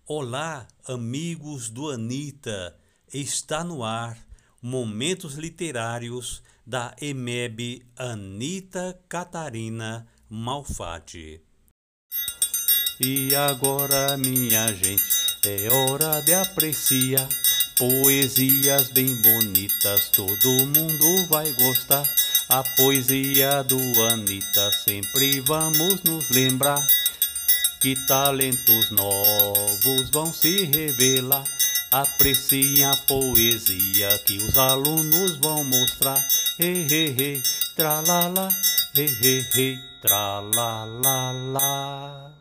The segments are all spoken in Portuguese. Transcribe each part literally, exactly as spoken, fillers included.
Olá, amigos do Anita, está no ar Momentos Literários da E M E B Anita Catarina Malfatti. E agora, minha gente, é hora de apreciar poesias bem bonitas, todo mundo vai gostar. A poesia do Anita sempre vamos nos lembrar. Que talentos novos vão se revelar. Apreciem a poesia que os alunos vão mostrar. He, he, he, tralala, he, he, he, tralalala.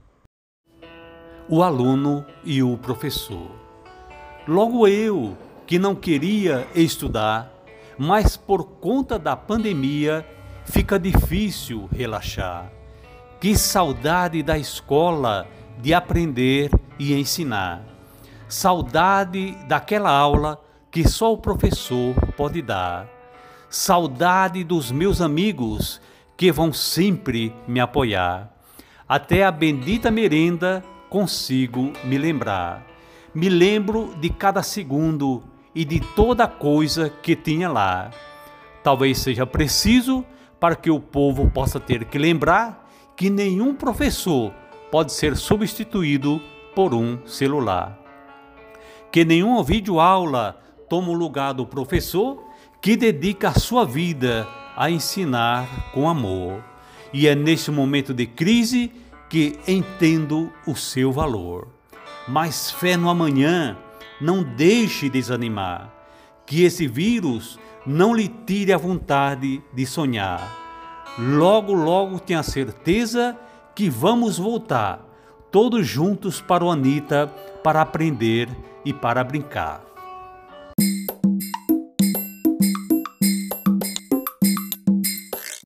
O aluno e o professor. Logo eu, que não queria estudar, mas por conta da pandemia fica difícil relaxar. Que saudade da escola, de aprender e ensinar. Saudade daquela aula que só o professor pode dar. Saudade dos meus amigos que vão sempre me apoiar. Até a bendita merenda consigo me lembrar. Me lembro de cada segundo e de toda coisa que tinha lá. Talvez seja preciso para que o povo possa ter que lembrar que nenhum professor pode ser substituído por um celular. Que nenhuma videoaula toma o lugar do professor que dedica a sua vida a ensinar com amor. E é neste momento de crise que entendo o seu valor. Mas fé no amanhã, não deixe desanimar. Que esse vírus não lhe tire a vontade de sonhar. Logo, logo tenha certeza que vamos voltar, todos juntos para o Anita, para aprender e para brincar.